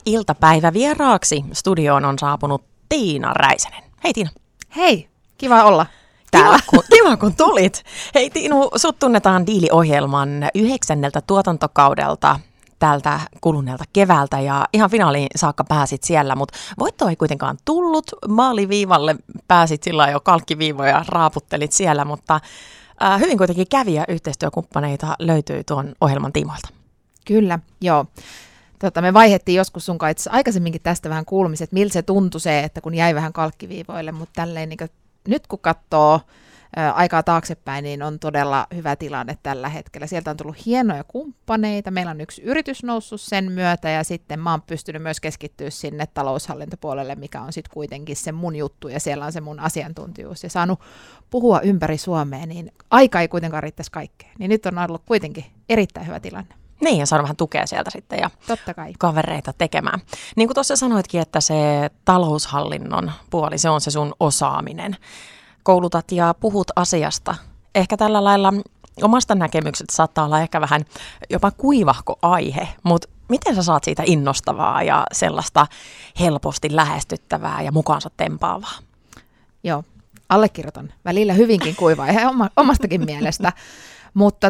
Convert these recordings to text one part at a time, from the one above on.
iltapäivä vieraaksi studioon on saapunut Tiina Räisänen. Hei Tiina. Hei, kiva olla täällä. Kiva kun tulit. Hei Tiinu, sut tunnetaan Diili-ohjelman 9. tuotantokaudelta tältä kuluneelta keväältä ja ihan finaaliin saakka pääsit siellä, mutta voittoa ei kuitenkaan tullut. Maaliviivalle pääsit sillä jo kalkkiviivoja raaputtelit siellä, mutta hyvin kuitenkin kävi ja yhteistyökumppaneita löytyi tuon ohjelman tiimoilta. Kyllä, joo. Me vaihdettiin joskus sun kanssa aikaisemminkin tästä vähän kuulumiset, että miltä se tuntui se, että kun jäi vähän kalkkiviivoille, mutta tälleen niin kuin, nyt kun katsoo aikaa taaksepäin, niin on todella hyvä tilanne tällä hetkellä. Sieltä on tullut hienoja kumppaneita, meillä on yksi yritys noussut sen myötä ja sitten mä oon pystynyt myös keskittyä sinne taloushallintopuolelle, mikä on sitten kuitenkin se mun juttu ja siellä on se mun asiantuntijuus ja saanut puhua ympäri Suomea, niin aika ei kuitenkaan riittäisi kaikkeen. Niin nyt on ollut kuitenkin erittäin hyvä tilanne. Niin, ja saada vähän tukea sieltä sitten ja totta kai kavereita tekemään. Niin kuin tuossa sanoitkin, että se taloushallinnon puoli, se on se sun osaaminen. Koulutat ja puhut asiasta. Ehkä tällä lailla omasta näkemyksestä saattaa olla ehkä vähän jopa kuivahko aihe, mutta miten sä saat siitä innostavaa ja sellaista helposti lähestyttävää ja mukaansa tempaavaa? Joo, allekirjoitan. Välillä hyvinkin kuivaa ihan omastakin mielestä, mutta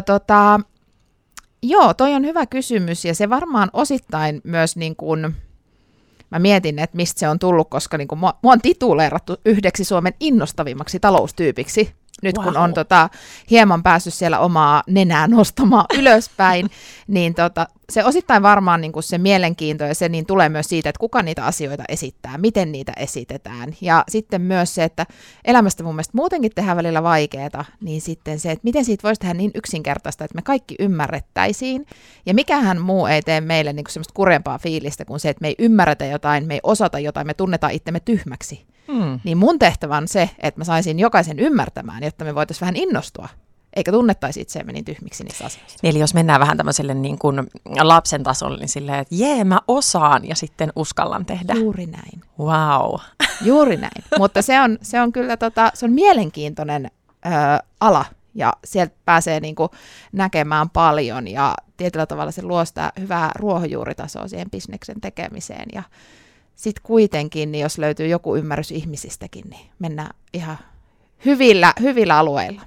joo, toi on hyvä kysymys ja se varmaan osittain myös niin kuin, mä mietin, että mistä se on tullut, koska niin kuin mua on tituleerattu yhdeksi Suomen innostavimmaksi taloustyypiksi, nyt kun on hieman päässyt siellä omaa nenää nostamaan ylöspäin, niin se osittain varmaan niin kuin se mielenkiinto ja se niin tulee myös siitä, että kuka niitä asioita esittää, miten niitä esitetään. Ja sitten myös se, että elämästä mun mielestä muutenkin tehdään välillä vaikeaa, niin sitten se, että miten siitä voisi tehdä niin yksinkertaista, että me kaikki ymmärrettäisiin. Ja mikähän muu ei tee meille niin kuin semmoista kurempaa fiilistä kuin se, että me ei ymmärretä jotain, me ei osata jotain, me tunnetaan itsemme tyhmäksi. Niin mun tehtävä on se, että mä saisin jokaisen ymmärtämään, jotta me voitaisiin vähän innostua, eikä tunnettaisi itseämme niin tyhmiksi niissä asioissa. Eli jos mennään vähän tämmöiselle niin kuin lapsen tasolle, niin silleen, että mä osaan ja sitten uskallan tehdä. Juuri näin. Wow. Juuri näin. Mutta se on kyllä se on mielenkiintoinen ala ja sieltä pääsee niin kuin näkemään paljon ja tietyllä tavalla se luo sitä hyvää ruohonjuuritasoa siihen bisneksen tekemiseen ja sitten kuitenkin, niin jos löytyy joku ymmärrys ihmisistäkin, niin mennään ihan hyvillä alueilla.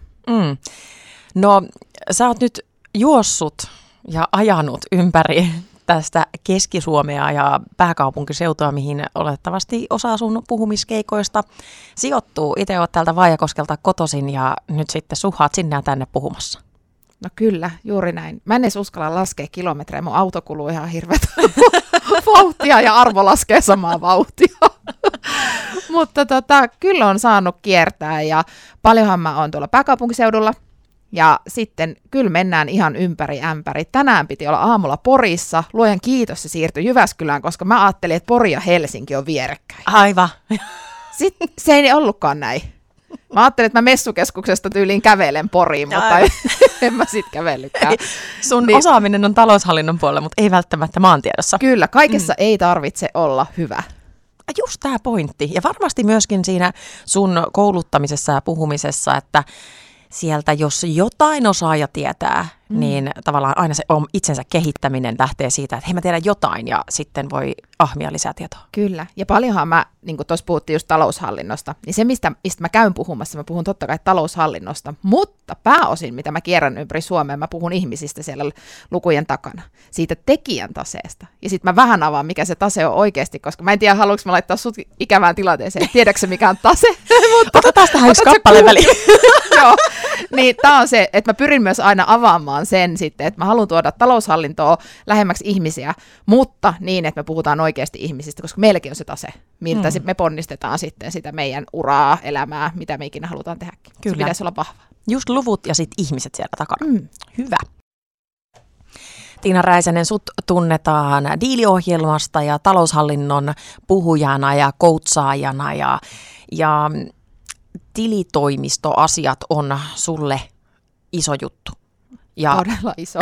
No, sä oot nyt juossut ja ajanut ympäri tästä Keski-Suomea ja pääkaupunkiseutua, mihin olettavasti osa sun puhumiskeikoista sijoittuu. Itse oot täältä Vaajakoskelta kotoisin ja nyt sitten suhaat sinne ja tänne puhumassa. No kyllä, juuri näin. Mä en edes uskalla laskea kilometrejä, mun auto kuluu ihan hirveätä vauhtia ja Arvo laskee samaa vauhtia. Mutta kyllä on saanut kiertää ja paljonhan mä oon tuolla pääkaupunkiseudulla ja sitten kyllä mennään ihan ympäri ämpäri. Tänään piti olla aamulla Porissa, luojan kiitos se siirtyi Jyväskylään, koska mä ajattelin, että Pori ja Helsinki on vierekkäin. Aivan. Sitten se ei ollutkaan näin. Mä ajattelin, että mä messukeskuksesta tyyliin kävelen Poriin, mutta en mä sit kävellytkään. Sun osaaminen on taloushallinnon puolella, mutta ei välttämättä maantiedossa. Kyllä, kaikessa ei tarvitse olla hyvä. Just tämä pointti. Ja varmasti myöskin siinä sun kouluttamisessa ja puhumisessa, että sieltä jos jotain osaa ja tietää, niin tavallaan aina se itsensä kehittäminen lähtee siitä, että hei mä tiedän jotain ja sitten voi ahmia lisää tietoa. Kyllä, ja paljonhan mä, niin kuin tuossa puhuttiin just taloushallinnosta, niin se mistä mä käyn puhumassa, mä puhun totta kai taloushallinnosta, mutta pääosin mitä mä kierrän ympäri Suomea, mä puhun ihmisistä siellä lukujen takana, siitä tekijän taseesta. Ja sitten mä vähän avaan, mikä se tase on oikeasti, koska mä en tiedä, haluanko mä laittaa sut ikävään tilanteeseen, tiedätkö mikä on tase? Mutta otetaan tähän yksi kappale väliin. Joo, niin tää on se, että mä pyrin myös aina avaamaan sen sitten, että mä haluan tuoda taloushallintoa lähemmäksi ihmisiä, mutta niin, että me puhutaan oikeasti ihmisistä, koska meilläkin on se tase, miltä me ponnistetaan sitten sitä meidän uraa, elämää, mitä me ikinä halutaan tehdäkin. Kyllä. Se pitäisi olla vahva. Just luvut ja sitten ihmiset siellä takana. Hyvä. Tiina Räisänen, sut tunnetaan Diili-ohjelmasta ja taloushallinnon puhujana ja coachaajana ja tilitoimistoasiat on sulle iso juttu. Ja todella iso.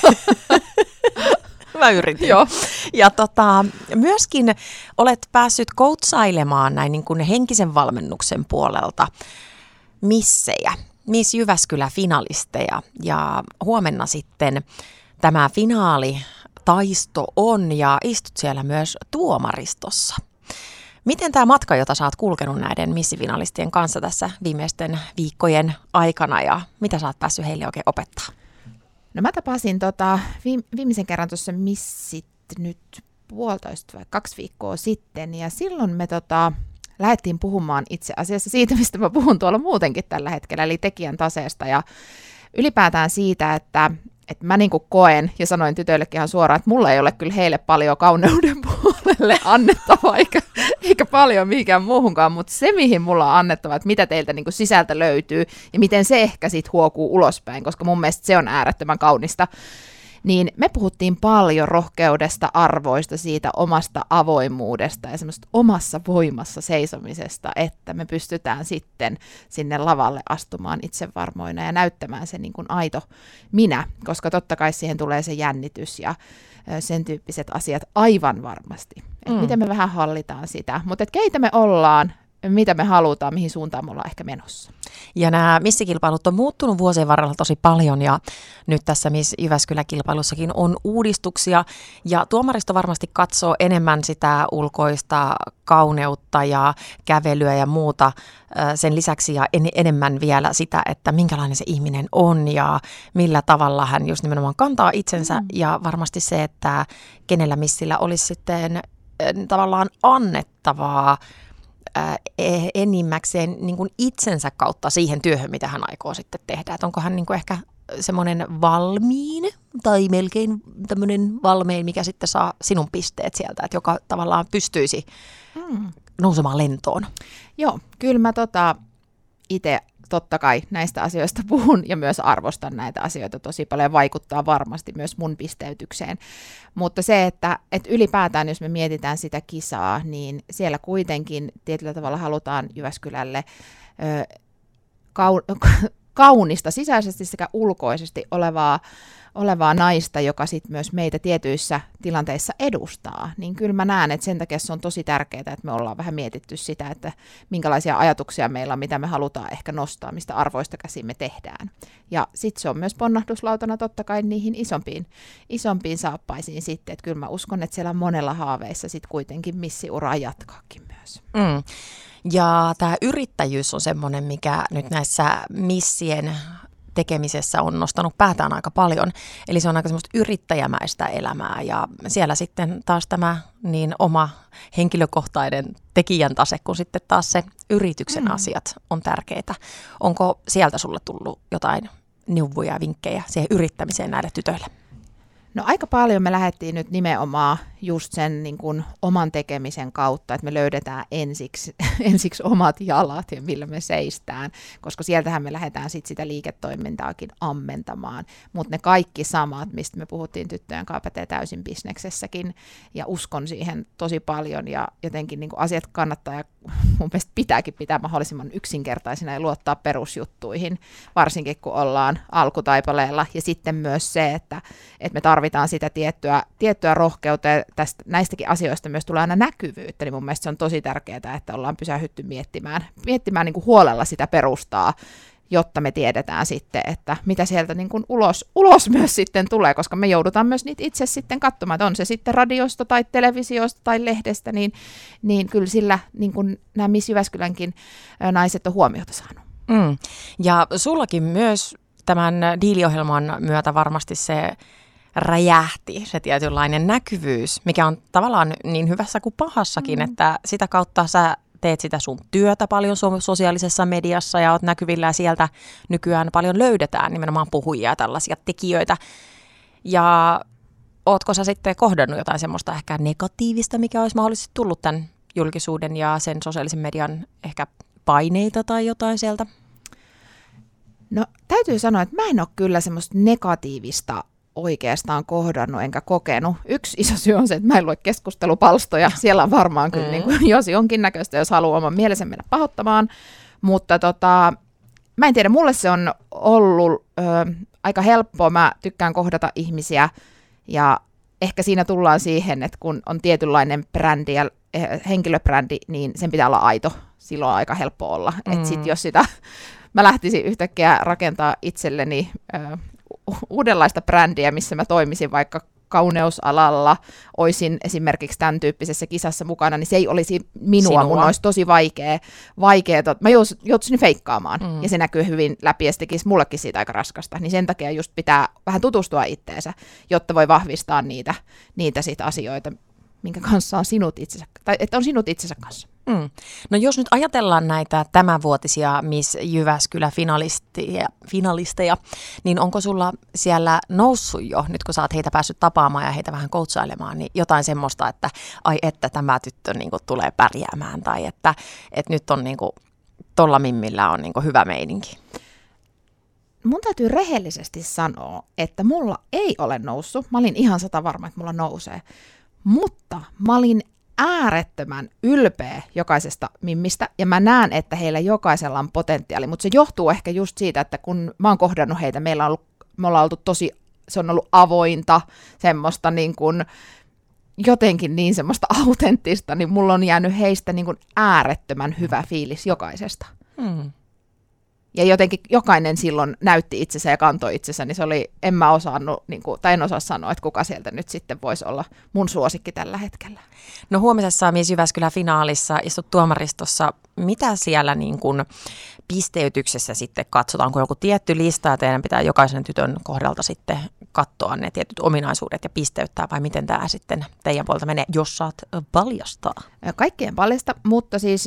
Mä yritin. Joo. Ja myöskin olet päässyt coachailemaan näin niin kuin henkisen valmennuksen puolelta missejä, Miss Jyväskylä finalisteja ja huomenna sitten tämä finaali Taisto on ja istut siellä myös tuomaristossa. Miten tämä matka, jota sä oot kulkenut näiden missifinalistien kanssa tässä viimeisten viikkojen aikana ja mitä sä oot päässyt heille oikein opettaa? No mä tapasin viimeisen kerran tuossa missit nyt 1,5 vai 2 viikkoa sitten ja silloin me lähdettiin puhumaan itse asiassa siitä, mistä mä puhun tuolla muutenkin tällä hetkellä, eli tekijän taseesta ja ylipäätään siitä, että mä niin kuin koen ja sanoin tytöillekin ihan suoraan, että mulla ei ole kyllä heille paljon kauneuden puolelle annettavaa eikä paljon mihinkään muuhunkaan, mutta se mihin mulla on annettavaa, että mitä teiltä niin kuin sisältä löytyy ja miten se ehkä sitten huokuu ulospäin, koska mun mielestä se on äärettömän kaunista. Niin me puhuttiin paljon rohkeudesta, arvoista, siitä omasta avoimuudesta ja semmoista omassa voimassa seisomisesta, että me pystytään sitten sinne lavalle astumaan itsevarmoina ja näyttämään se niin kuin aito minä, koska totta kai siihen tulee se jännitys ja sen tyyppiset asiat aivan varmasti. Miten me vähän hallitaan sitä, mutta keitä me ollaan, mitä me halutaan, mihin suuntaan me ollaan ehkä menossa. Ja nämä missikilpailut on muuttunut vuosien varrella tosi paljon ja nyt tässä Miss Jyväskylä-kilpailussakin on uudistuksia ja tuomaristo varmasti katsoo enemmän sitä ulkoista kauneutta ja kävelyä ja muuta sen lisäksi ja enemmän vielä sitä, että minkälainen se ihminen on ja millä tavalla hän just nimenomaan kantaa itsensä ja varmasti se, että kenellä missillä olisi sitten tavallaan annettavaa enimmäkseen niin kuin itsensä kautta siihen työhön, mitä hän aikoo sitten tehdä. Että onko hän niin kuin ehkä semmoinen valmiin tai melkein tämmöinen valmiin, mikä sitten saa sinun pisteet sieltä, että joka tavallaan pystyisi nousemaan lentoon. Joo, kyllä mä itse totta kai näistä asioista puhun ja myös arvostan näitä asioita tosi paljon, vaikuttaa varmasti myös mun pisteytykseen. Mutta se, että ylipäätään jos me mietitään sitä kisaa, niin siellä kuitenkin tietyllä tavalla halutaan Jyväskylälle kaunista sisäisesti sekä ulkoisesti olevaa naista, joka sitten myös meitä tietyissä tilanteissa edustaa, niin kyllä mä näen, että sen takia se on tosi tärkeää, että me ollaan vähän mietitty sitä, että minkälaisia ajatuksia meillä on, mitä me halutaan ehkä nostaa, mistä arvoista käsin me tehdään. Ja sitten se on myös ponnahduslautana totta kai niihin isompiin saappaisiin sitten, että kyllä mä uskon, että siellä monella haaveissa sitten kuitenkin missiuraa jatkaakin myös. Ja tämä yrittäjyys on semmoinen, mikä nyt näissä missien tekemisessä on nostanut päätään aika paljon. Eli se on aika semmoista yrittäjämäistä elämää ja siellä sitten taas tämä niin oma henkilökohtainen tekijän tase, kun sitten taas se yrityksen asiat on tärkeitä. Onko sieltä sulle tullut jotain neuvoja ja vinkkejä siihen yrittämiseen näille tytöille? No aika paljon me lähdettiin nyt nimenomaan just sen niin kuin oman tekemisen kautta, että me löydetään ensiksi omat jalat ja millä me seistään, koska sieltähän me lähdetään sit sitä liiketoimintaakin ammentamaan. Mutta ne kaikki samat, mistä me puhuttiin tyttöjen kanssa, pätee täysin bisneksessäkin ja uskon siihen tosi paljon ja jotenkin niin kuin asiat kannattaa ja mun mielestä pitääkin pitää mahdollisimman yksinkertaisina ja luottaa perusjuttuihin, varsinkin kun ollaan alkutaipaleella ja sitten myös se, että me tarvitaan sitä tiettyä rohkeutta ja näistäkin asioista myös tulee aina näkyvyyttä, niin mun mielestä se on tosi tärkeää, että ollaan pysähdytty miettimään niin kuin huolella sitä perustaa, jotta me tiedetään sitten, että mitä sieltä niin kuin ulos myös sitten tulee, koska me joudutaan myös niitä itse sitten katsomaan, että on se sitten radiosta tai televisiosta tai lehdestä, niin kyllä sillä niin kuin nämä Miss Jyväskylänkin naiset on huomiota saanut. Ja sullakin myös tämän diiliohjelman myötä varmasti se räjähti, se tietynlainen näkyvyys, mikä on tavallaan niin hyvässä kuin pahassakin, että sitä kautta sä teet sitä sun työtä paljon sosiaalisessa mediassa ja oot näkyvillä ja sieltä nykyään paljon löydetään nimenomaan puhujia ja tällaisia tekijöitä. Ja ootko sä sitten kohdannut jotain semmoista ehkä negatiivista, mikä olisi mahdollisesti tullut tämän julkisuuden ja sen sosiaalisen median ehkä paineita tai jotain sieltä? No täytyy sanoa, että mä en ole kyllä semmoista negatiivista oikeastaan kohdannut enkä kokenut. Yksi iso syy on se, että mä en lue keskustelupalstoja. Siellä on varmaan kyllä niin kuin, jos jonkinnäköistä, jos haluaa oman mielesen mennä pahoittamaan. Mutta mä en tiedä, mulle se on ollut aika helppoa. Mä tykkään kohdata ihmisiä ja ehkä siinä tullaan siihen, että kun on tietynlainen brändi ja henkilöbrändi, niin sen pitää olla aito. Silloin on aika helppo olla. Että sit jos mä lähtisin yhtäkkiä rakentaa itselleni uudenlaista brändiä, missä mä toimisin vaikka kauneusalalla olisin esimerkiksi tämän tyyppisessä kisassa mukana, niin se ei olisi minua. Mun olisi tosi vaikea mä joutuisin feikkaamaan, ja se näkyy hyvin läpi, ja se tekisi mullekin siitä aika raskasta, niin sen takia just pitää vähän tutustua itteensä, jotta voi vahvistaa niitä sit asioita, minkä kanssa on sinut itsensä, tai että on sinut itsensä kanssa. No jos nyt ajatellaan näitä tämänvuotisia Miss Jyväskylä finalisteja, niin onko sulla siellä noussut jo, nyt kun sä oot heitä päässyt tapaamaan ja heitä vähän coachailemaan, niin jotain semmoista, että ai että tämä tyttö niin kuin tulee pärjäämään, tai että nyt on niin kuin, tolla mimmillä on niin kuin hyvä meininki? Mun täytyy rehellisesti sanoa, että mulla ei ole noussut. Mä olin ihan 100% varma, että mulla nousee. Mutta mä olin äärettömän ylpeä jokaisesta mimmistä, ja mä näen, että heillä jokaisella on potentiaali, mutta se johtuu ehkä just siitä, että kun mä oon kohdannut heitä, me ollaan oltu se on ollut avointa, semmoista niin kuin, jotenkin niin semmoista autenttista, niin mulla on jäänyt heistä niin kuin äärettömän hyvä fiilis jokaisesta. Ja jotenkin jokainen silloin näytti itsensä ja kantoi itsensä, niin se oli, en osaa sanoa, että kuka sieltä nyt sitten voisi olla mun suosikki tällä hetkellä. No huomisessa Miss Jyväskylä-finaalissa istut tuomaristossa. Mitä siellä niin kuin pisteytyksessä sitten katsotaan? Onko joku tietty lista ja teidän pitää jokaisen tytön kohdalta sitten katsoa ne tietyt ominaisuudet ja pisteyttää, vai miten tämä sitten teidän puolta menee, jos saat paljastaa? Kaikkien paljasta, mutta siis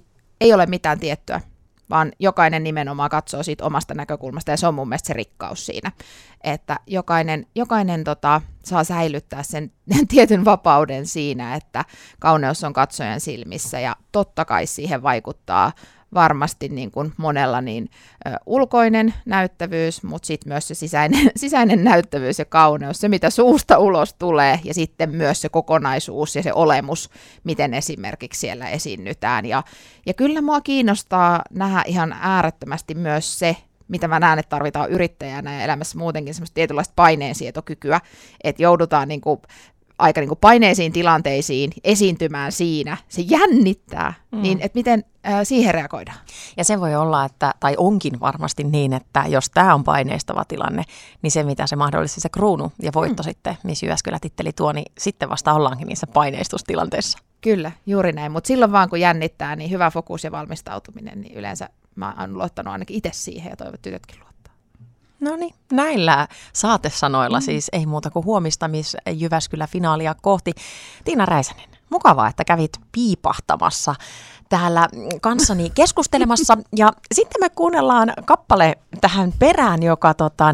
ei ole mitään tiettyä, vaan jokainen nimenomaan katsoo siitä omasta näkökulmasta, ja se on mun mielestä se rikkaus siinä, että jokainen saa säilyttää sen tietyn vapauden siinä, että kauneus on katsojan silmissä, ja totta kai siihen vaikuttaa varmasti niin kuin monella niin ulkoinen näyttävyys, mutta sitten myös se sisäinen näyttävyys ja kauneus, se mitä suusta ulos tulee, ja sitten myös se kokonaisuus ja se olemus, miten esimerkiksi siellä esiinnytään. Ja kyllä mua kiinnostaa nähdä ihan äärettömästi myös se, mitä mä näen, että tarvitaan yrittäjänä ja elämässä muutenkin semmoista tietynlaista paineensietokykyä, että joudutaan aika paineisiin tilanteisiin esiintymään siinä, se jännittää, niin että miten siihen reagoidaan. Ja se voi olla, tai onkin varmasti niin, että jos tämä on paineistava tilanne, niin se mitä se mahdollisesti se kruunu ja voitto sitten, Miss Jyväskylä-titteli tuo, niin sitten vasta ollaankin niissä paineistustilanteissa. Kyllä, juuri näin, mutta silloin vaan kun jännittää, niin hyvä fokus ja valmistautuminen, niin yleensä mä oon luottanut ainakin itse siihen ja toivon, että tytötkin luottaa. No niin, näillä saatesanoilla siis ei muuta kuin huomista Miss Jyväskylä-finaalia kohti. Tiina Räisänen, mukavaa, että kävit piipahtamassa täällä kanssani keskustelemassa. Ja sitten me kuunnellaan kappale tähän perään, joka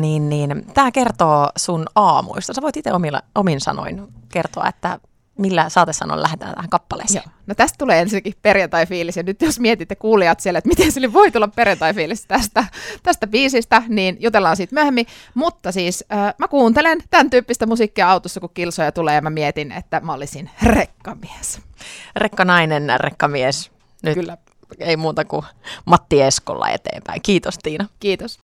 tämä kertoo sun aamuista. Sä voit itse omin sanoin kertoa, että millä saatesanoilla lähdetään tähän kappaleeseen. Joo. No tästä tulee ensinnäkin perjantai-fiilis, ja nyt jos mietitte kuulijat siellä, että miten sille voi tulla perjantai-fiilis tästä biisistä, niin jutellaan siitä myöhemmin. Mutta siis mä kuuntelen tämän tyyppistä musiikkia autossa, kun kilsoja tulee, ja mä mietin, että mä olisin rekkamies. Rekkanainen, rekkamies. Nyt kyllä. Ei muuta kuin Matti Eskolla eteenpäin. Kiitos Tiina. Kiitos.